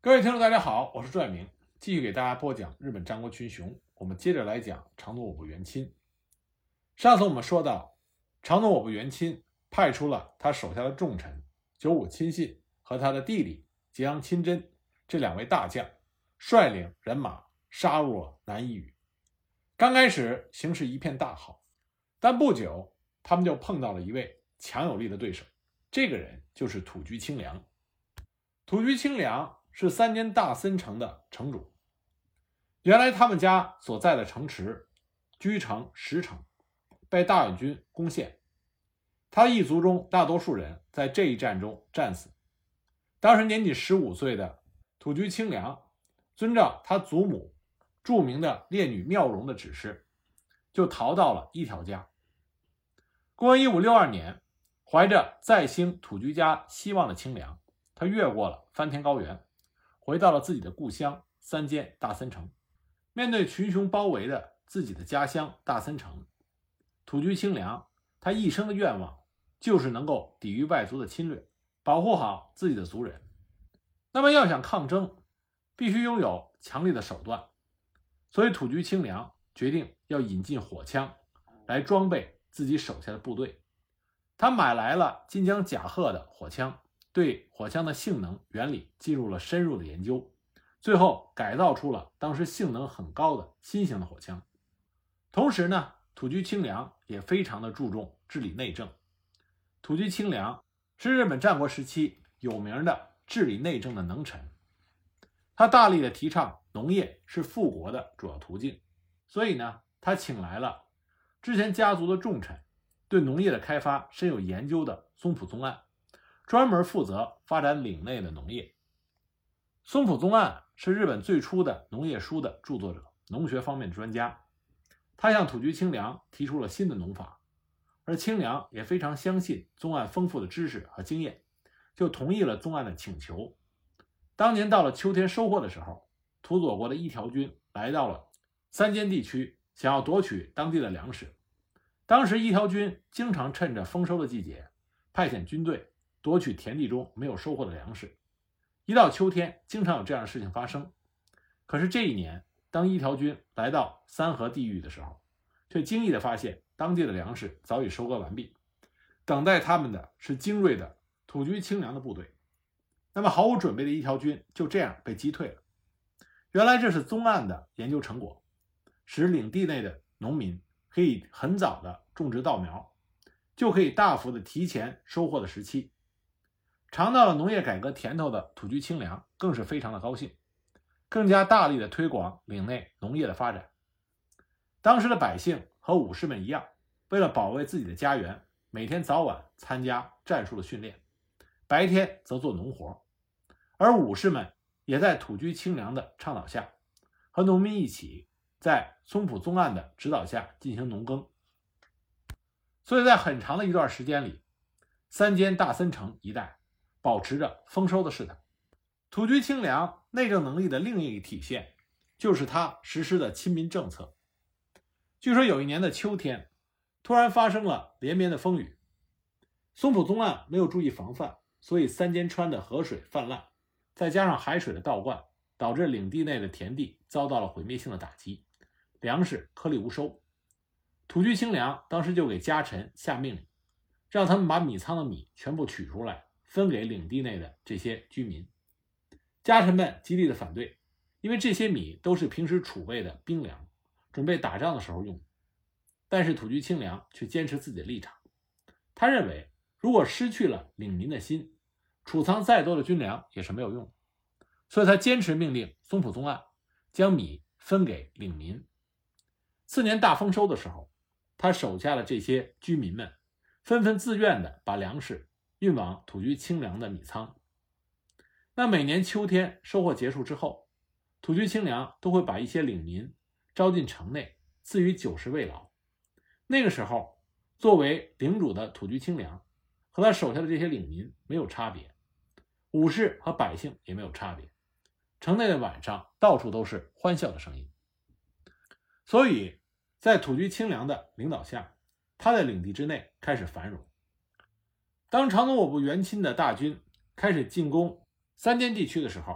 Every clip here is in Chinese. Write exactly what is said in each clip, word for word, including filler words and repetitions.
各位听众，大家好，我是朱爱明，继续给大家播讲日本战国群雄。我们接着来讲长宗我部元亲。上次我们说到，长宗我部元亲派出了他手下的重臣九五亲信和他的弟弟吉阳亲真这两位大将，率领人马杀入了南伊予。刚开始形势一片大好，但不久他们就碰到了一位强有力的对手，这个人就是土居清良。土居清良是三间大森城的城主，原来他们家所在的城池居城石城被大远军攻陷，他一族中大多数人在这一战中战死。当时年仅十五岁的土居清良遵照他祖母著名的烈女妙容的指示，就逃到了一条家。公元一五六二年，怀着再兴土居家希望的清良，他越过了翻天高原，回到了自己的故乡三间大森城。面对群雄包围的自己的家乡大森城，土居清良他一生的愿望就是能够抵御外族的侵略，保护好自己的族人。那么要想抗争，必须拥有强力的手段，所以土居清良决定要引进火枪来装备自己手下的部队。他买来了金江甲贺的火枪，对火枪的性能原理进入了深入的研究，最后改造出了当时性能很高的新型的火枪。同时呢，土居清良也非常的注重治理内政。土居清良是日本战国时期有名的治理内政的能臣，他大力的提倡农业是富国的主要途径，所以呢，他请来了之前家族的重臣，对农业的开发深有研究的松浦宗岸，专门负责发展岭内的农业。松浦宗岸是日本最初的农业书的著作者，农学方面的专家。他向土居清良提出了新的农法，而清良也非常相信宗岸丰富的知识和经验，就同意了宗岸的请求。当年到了秋天收获的时候，土佐国的一条军来到了三间地区，想要夺取当地的粮食。当时一条军经常趁着丰收的季节派遣军队夺取田地中没有收获的粮食，一到秋天经常有这样的事情发生。可是这一年，当一条军来到三河地域的时候，却惊异地发现当地的粮食早已收割完毕，等待他们的是精锐的土居清良的部队。那么毫无准备的一条军就这样被击退了。原来这是宗岸的研究成果，使领地内的农民可以很早的种植稻苗，就可以大幅的提前收获的时期。尝到了农业改革甜头的土居清良更是非常的高兴，更加大力的推广岭内农业的发展。当时的百姓和武士们一样，为了保卫自己的家园，每天早晚参加战术的训练，白天则做农活。而武士们也在土居清良的倡导下，和农民一起在松浦宗岸的指导下进行农耕。所以在很长的一段时间里，三间大森城一带保持着丰收的势头。土居清良内政能力的另一个体现，就是他实施的亲民政策。据说有一年的秋天，突然发生了连绵的风雨，松浦宗岸没有注意防范，所以三间川的河水泛滥，再加上海水的倒灌，导致领地内的田地遭到了毁灭性的打击，粮食颗粒无收。土居清良当时就给家臣下命令，让他们把米仓的米全部取出来，分给领地内的这些居民。家臣们极力的反对，因为这些米都是平时储备的兵粮，准备打仗的时候用。但是土居清良却坚持自己的立场，他认为如果失去了领民的心，储藏再多的军粮也是没有用的，所以他坚持命令松浦宗岸将米分给领民。次年大丰收的时候，他手下的这些居民们纷纷自愿地把粮食运往土居清良的米仓。那每年秋天收获结束之后，土居清良都会把一些领民招进城内，赐予酒食慰劳。那个时候，作为领主的土居清良和他手下的这些领民没有差别，武士和百姓也没有差别，城内的晚上到处都是欢笑的声音。所以在土居清良的领导下，他在领地之内开始繁荣。当长宗我部元亲的大军开始进攻三间地区的时候，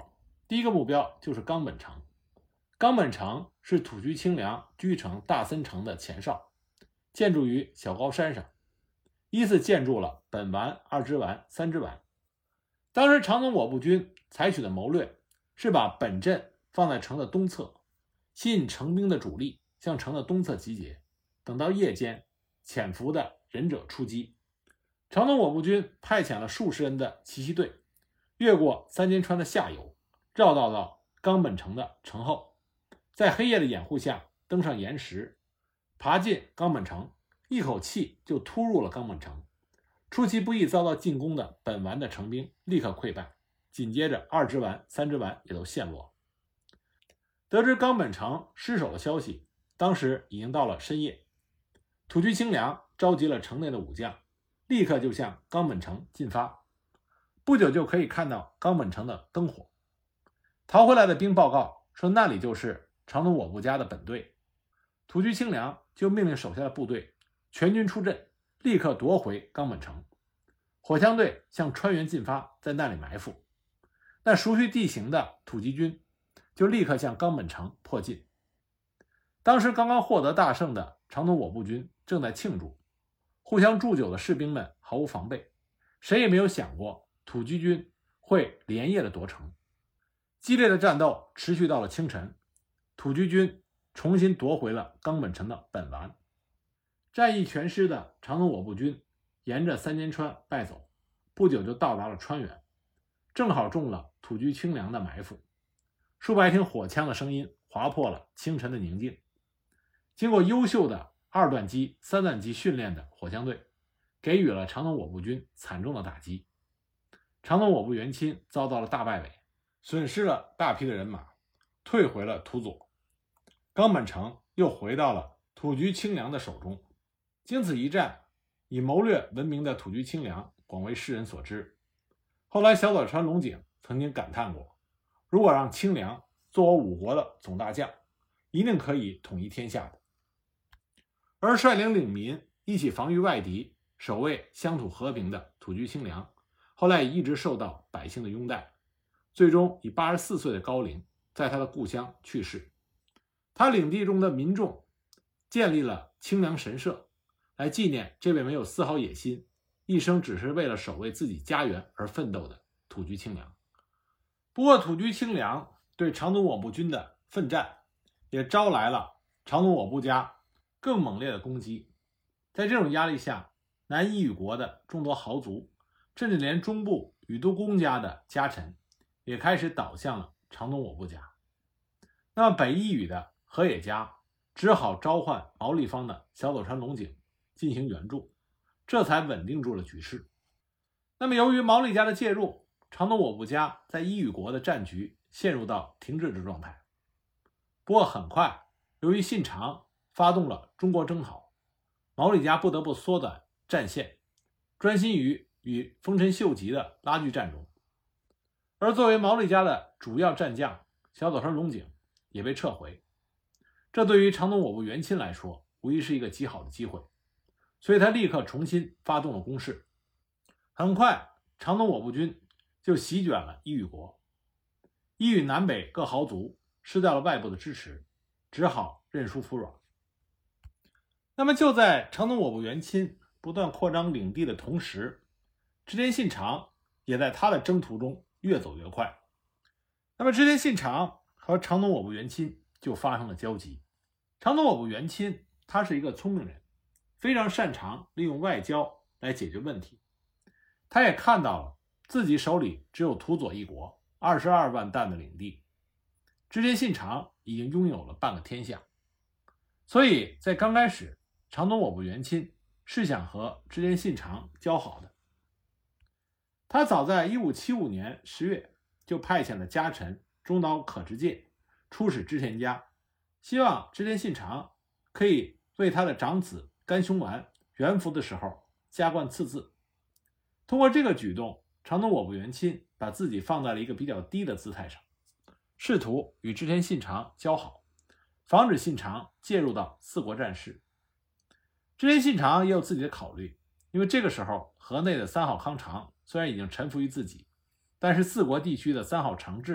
第一个目标就是冈本城。冈本城是土居清良居城大森城的前哨，建筑于小高山上，依次建筑了本丸、二之丸、三之丸。当时长宗我部军采取的谋略是把本阵放在城的东侧，吸引城兵的主力向城的东侧集结，等到夜间潜伏的忍者出击。长宗我部军派遣了数十人的奇袭队，越过三间川的下游，绕道到冈本城的城后，在黑夜的掩护下登上岩石，爬进冈本城，一口气就突入了冈本城。出其不意遭到进攻的本丸的城兵立刻溃败，紧接着二之丸、三之丸也都陷落。得知冈本城失守的消息，当时已经到了深夜。土居清良召集了城内的武将，立刻就向冈本城进发。不久就可以看到冈本城的灯火。逃回来的兵报告说，那里就是长宗我部家的本队。土居清良就命令手下的部队全军出阵，立刻夺回冈本城。火枪队向川原进发，在那里埋伏。那熟悉地形的土岐军就立刻向冈本城迫近。当时刚刚获得大胜的长宗我部军正在庆祝，互相祝酒的士兵们毫无防备，谁也没有想过土岐军会连夜的夺城。激烈的战斗持续到了清晨，土岐军重新夺回了冈本城的本丸。战意全失的长宗我部军沿着三间川败走，不久就到达了川原，正好中了土居清良的埋伏。数百挺火枪的声音划破了清晨的宁静。经过优秀的二段机、三段机训练的火枪队给予了长宗我部军惨重的打击。长宗我部元亲遭到了大败北，损失了大批的人马，退回了土佐。冈本城又回到了土居清良的手中。经此一战，以谋略闻名的土居清良广为世人所知。后来小早川隆景曾经感叹过，如果让清良做我五国的总大将，一定可以统一天下的。而率领领民一起防御外敌，守卫乡土和平的土居清良，后来也一直受到百姓的拥戴，最终以八十四岁的高龄在他的故乡去世。他领地中的民众建立了清凉神社，来纪念这位没有丝毫野心，一生只是为了守卫自己家园而奋斗的土居清良。不过土居清良对长宗我部军的奋战，也招来了长宗我部家更猛烈的攻击。在这种压力下，南伊予国的众多豪族，甚至连中部宇都宫家的家臣，也开始倒向了长宗我部家。那么北伊予的河野家只好召唤毛利方的小早川隆景进行援助，这才稳定住了局势。那么由于毛利家的介入，长宗我部家在伊予国的战局陷入到停滞的状态。不过很快，由于信长发动了中国征讨，毛利家不得不缩短战线，专心于与丰臣秀吉的拉锯战中。而作为毛利家的主要战将，小早川隆景也被撤回。这对于长宗我部元亲来说，无疑是一个极好的机会，所以他立刻重新发动了攻势。很快，长宗我部军就席卷了伊予国。伊予南北各豪族失掉了外部的支持，只好认输服软。那么就在长宗我部元亲不断扩张领地的同时，织田信长也在他的征途中越走越快。那么织田信长和长宗我部元亲就发生了交集。长宗我部元亲他是一个聪明人，非常擅长利用外交来解决问题。他也看到了自己手里只有土佐一国二十二万担的领地，织田信长已经拥有了半个天下。所以在刚开始，长宗我部元亲是想和织田信长交好的。他早在一五七五年十月就派遣了家臣中岛可直介出使织田家，希望织田信长可以为他的长子甘雄丸元服的时候加冠赐字。通过这个举动，长宗我部元亲把自己放在了一个比较低的姿态上，试图与织田信长交好，防止信长介入到四国战事。织田信长也有自己的考虑，因为这个时候河内的三好康长虽然已经臣服于自己，但是四国地区的三好长治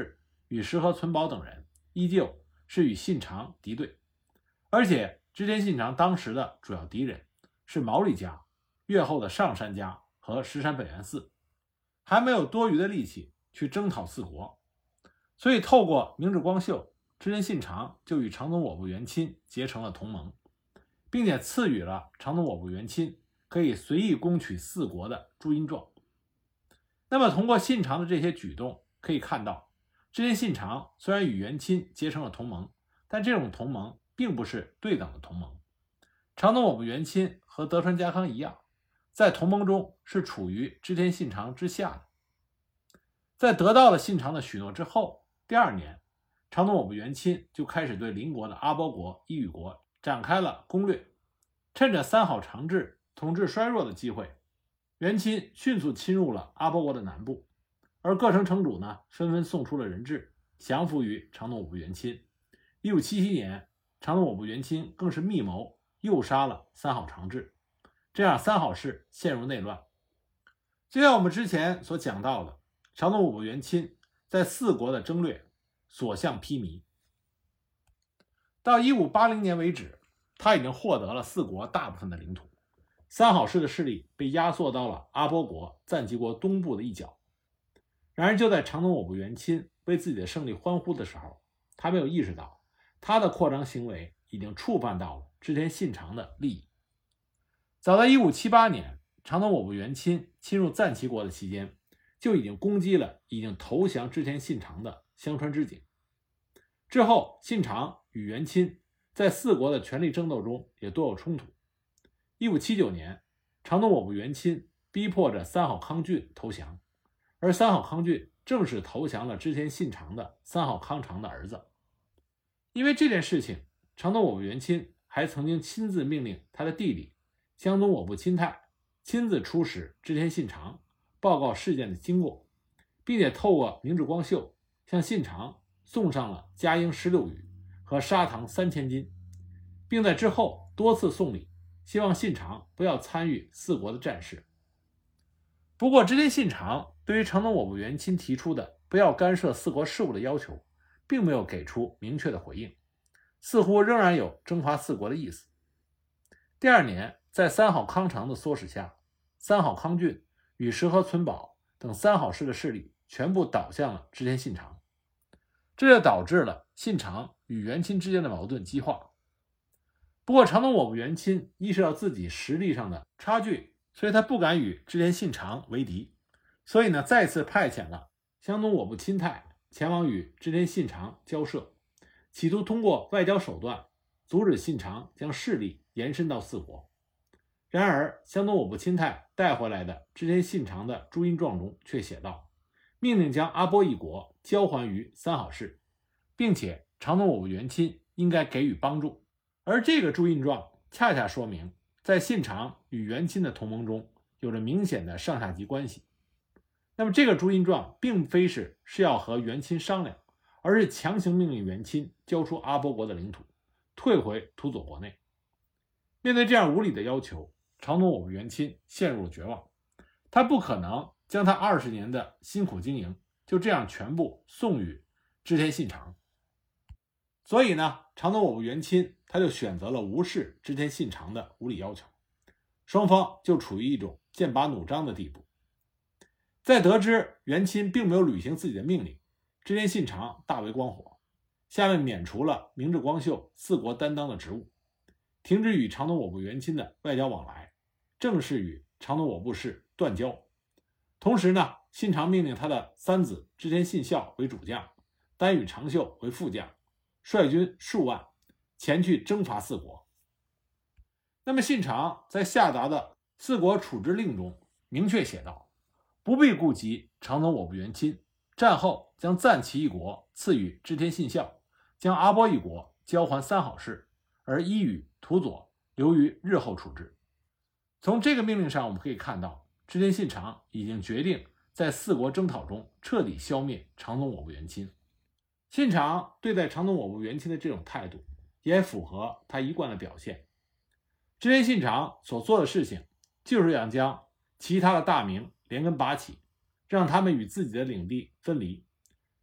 与石河存保等人依旧是与信长敌对，而且织田信长当时的主要敌人是毛利家、越后的上杉家和石山本愿寺，还没有多余的力气去征讨四国，所以透过明智光秀，织田信长就与长宗我部元亲结成了同盟，并且赐予了长宗我部元亲可以随意攻取四国的朱印状。那么通过信长的这些举动可以看到，织田信长虽然与元亲结成了同盟，但这种同盟并不是对等的同盟。长宗我部元亲和德川家康一样，在同盟中是处于织田信长之下的。在得到了信长的许诺之后，第二年长宗我部元亲就开始对邻国的阿波国、伊予国展开了攻略，趁着三好长治统治衰弱的机会，元亲迅速侵入了阿波国的南部，而各城城主呢纷纷送出了人质，降服于长宗我部元亲。一五七七年，长宗我部元亲更是密谋诱杀了三好长治，这样三好氏陷入内乱。就像我们之前所讲到的，长宗我部元亲在四国的争掠所向披靡。到一五八零年为止，他已经获得了四国大部分的领土，三好氏的势力被压缩到了阿波国、赞岐国东部的一角。然而就在长宗我部元亲为自己的胜利欢呼的时候，他没有意识到他的扩张行为已经触犯到了织田信长的利益。早在一五七八年，长宗我部元亲侵入赞岐国的期间，就已经攻击了已经投降织田信长的香川织景。之后信长与元亲在四国的权力争斗中也多有冲突。一五七九年，长宗我部元亲逼迫着三好康俊投降，而三好康俊正是投降了织田信长的三好康长的儿子。因为这件事情，长宗我部元亲还曾经亲自命令他的弟弟香宗我部亲太亲自出使织田信长，报告事件的经过，并且透过明智光秀向信长送上了嘉应十六羽和砂糖三千斤，并在之后多次送礼，希望信长不要参与四国的战事。不过织田信长对于长宗我部元亲提出的不要干涉四国事务的要求，并没有给出明确的回应，似乎仍然有征伐四国的意思。第二年，在三好康长的唆使下，三好康俊与石河存保等三好氏的势力全部倒向了织田信长，这就导致了信长与元亲之间的矛盾激化。不过长宗我部元亲意识到自己实力上的差距，所以他不敢与织田信长为敌，所以呢，再次派遣了香宗我部亲太前往与织田信长交涉，企图通过外交手段阻止信长将势力延伸到四国。然而香宗我部亲太带回来的织田信长的朱印状中却写道，命令将阿波一国交还于三好氏，并且长宗我部元亲应该给予帮助。而这个朱印状恰恰说明在信长与元亲的同盟中有着明显的上下级关系。那么这个朱印状并非是是要和元亲商量，而是强行命令元亲交出阿波国的领土，退回土佐国内。面对这样无理的要求，长宗我部元亲陷入了绝望，他不可能将他二十年的辛苦经营就这样全部送与织田信长。所以呢，长宗我部元亲他就选择了无视织田信长的无理要求，双方就处于一种剑拔弩张的地步。在得知元亲并没有履行自己的命令，织田信长大为光火，下面免除了明智光秀四国担当的职务，停止与长宗我部元亲的外交往来，正式与长宗我部氏断交。同时呢，信长命令他的三子织田信孝为主将，丹羽长秀为副将，率军数万前去征伐四国。那么信长在下达的四国处置令中明确写道，不必顾及长宗我部元亲，战后将赞岐一国赐予织田信孝，将阿波一国交还三好氏，而伊予、土佐留于日后处置。从这个命令上我们可以看到，织田信长已经决定在四国征讨中彻底消灭长宗我部元亲。信长对待长宗我部元亲的这种态度也符合他一贯的表现。织田信长所做的事情就是想将其他的大名连根拔起，让他们与自己的领地分离。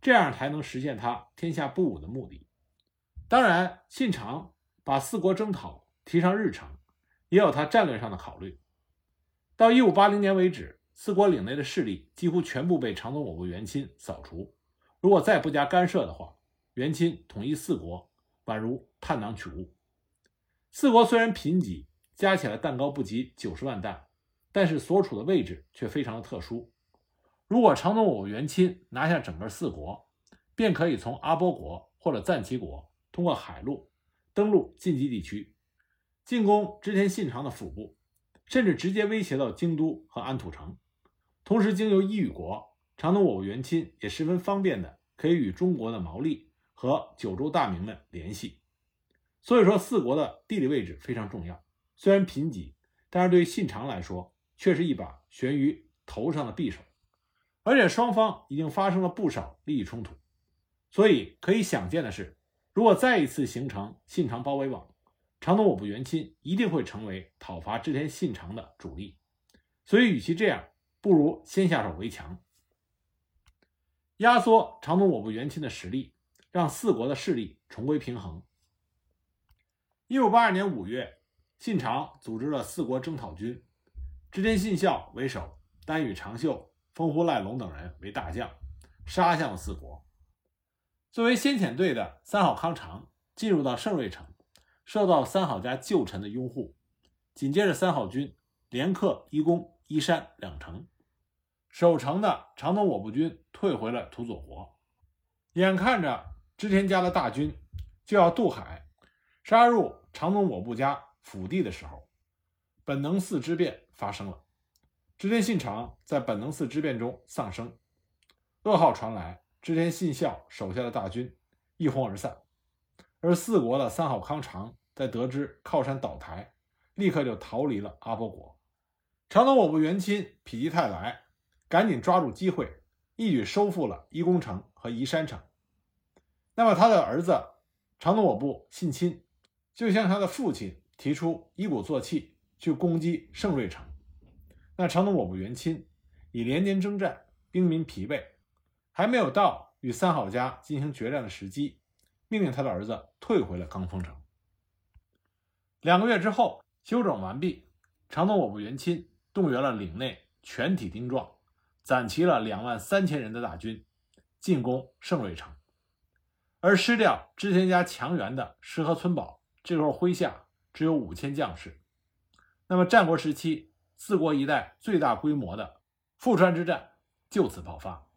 这样才能实现他天下布武的目的。当然，信长把四国征讨提上日程，也有他战略上的考虑。到一五八零年为止，四国领内的势力几乎全部被长宗我部元亲扫除，如果再不加干涉的话，元亲统一四国宛如探囊取物。四国虽然贫瘠，加起来弹高不及九十万担，但是所处的位置却非常的特殊。如果长宗我部元亲拿下整个四国，便可以从阿波国或者赞岐国通过海路登陆晋冀地区，进攻织田信长的腹部，甚至直接威胁到京都和安土城。同时经由伊予国，长宗我部元亲也十分方便的可以与中国的毛利和九州大名们联系。所以说四国的地理位置非常重要，虽然贫瘠，但是对于信长来说却是一把悬于头上的匕首。而且双方已经发生了不少利益冲突，所以可以想见的是，如果再一次形成信长包围网，长宗我部元亲一定会成为讨伐织田信长的主力。所以与其这样，不如先下手为强，压缩长宗我部元亲的实力，让四国的势力重归平衡。一五八二年五月，信长组织了四国征讨军，织田信孝为首，丹羽长秀、丰户赖隆等人为大将，杀向了四国。作为先遣队的三好康长进入到盛瑞城，受到三好家旧臣的拥护。紧接着三好军连克伊宫、伊山两城，守城的长宗我部军退回了土佐国。眼看着织田家的大军就要渡海杀入长宗我部家腹地的时候，本能寺之变发生了。织田信长在本能寺之变中丧生，噩耗传来，织田信孝手下的大军一哄而散。而四国的三好康长在得知靠山倒台，立刻就逃离了阿波国。长宗我部元亲否极泰来，赶紧抓住机会，一举收复了伊宫城和宜山城。那么他的儿子长宗我部信亲就向他的父亲提出一鼓作气去攻击盛瑞城。那长宗我部元亲以连年征战，兵民疲惫，还没有到与三好家进行决战的时机，命令他的儿子退回了冈丰城。两个月之后，休整完毕，长宗我部元亲动员了领内全体丁壮，攒齐了两万三千人的大军，进攻盛瑞城。而失掉织田家强援的石河村保，这时候麾下只有五千将士。那么战国时期四国一带最大规模的富川之战就此爆发。